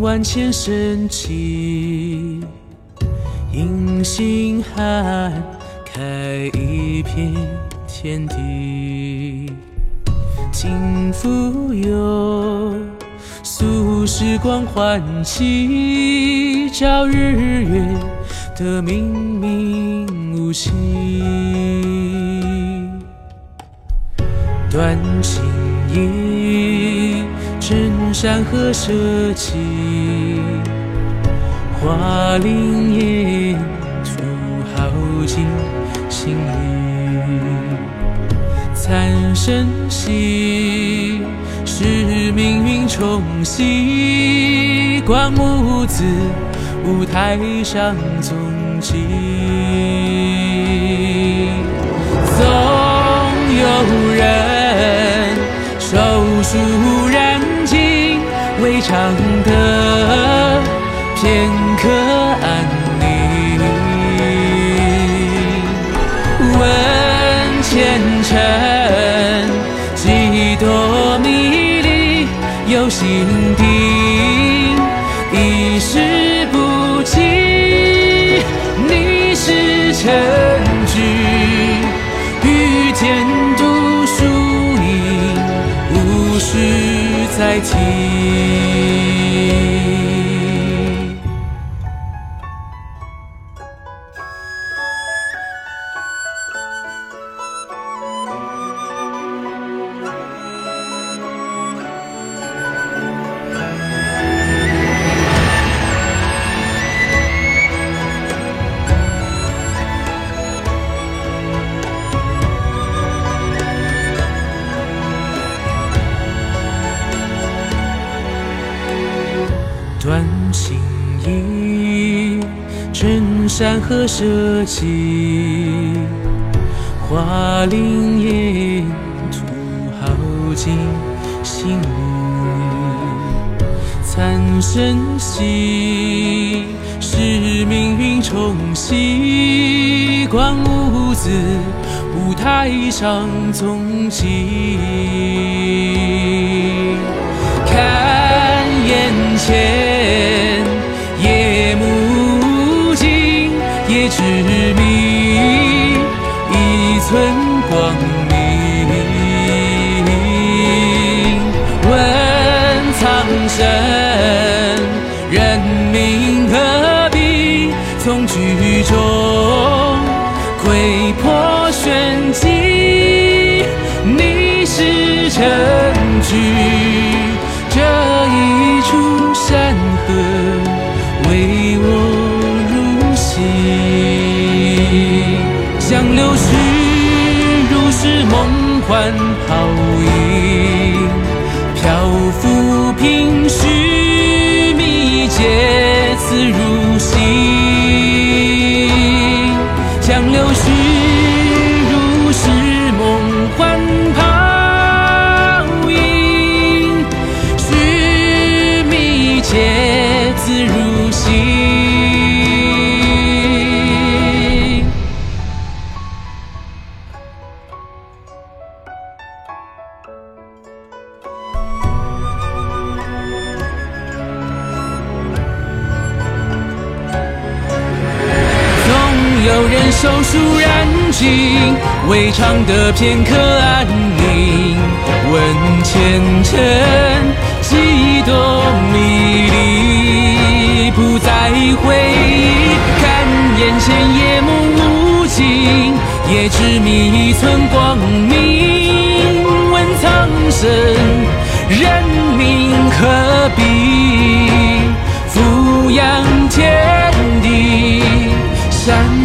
万千神奇，迎星汉开一片天地。今复有素时光唤起，照日月得明明无期。断情意，真山河舍弃，花林烟土耗尽心力。残生息，是命运冲洗，观物子舞台上踪迹。总有人手书燃尽未尝得片刻安宁。问前尘几多迷离，有心定一时不弃。你是尘居，与天独输赢，无需再提。断情意，真山河舍弃，花林烟土耗尽心力。残生息，是命运冲洗，观物子舞台上踪迹。看眼前夜幕尽，夜之谜，一寸光明。问苍生人命何必，从剧中窥破玄机。你是尘居，这一处山河为我入心。像流逝如是梦幻泡影，漂浮凭虚觅，皆自入心。像流逝如是梦幻泡影，虚觅皆自入心。有人手书燃尽，未尝得片刻安宁。问前尘几多迷离，不再回忆。看眼前夜幕无尽，夜之谜一寸光明。问苍生人命何必，俯仰天地山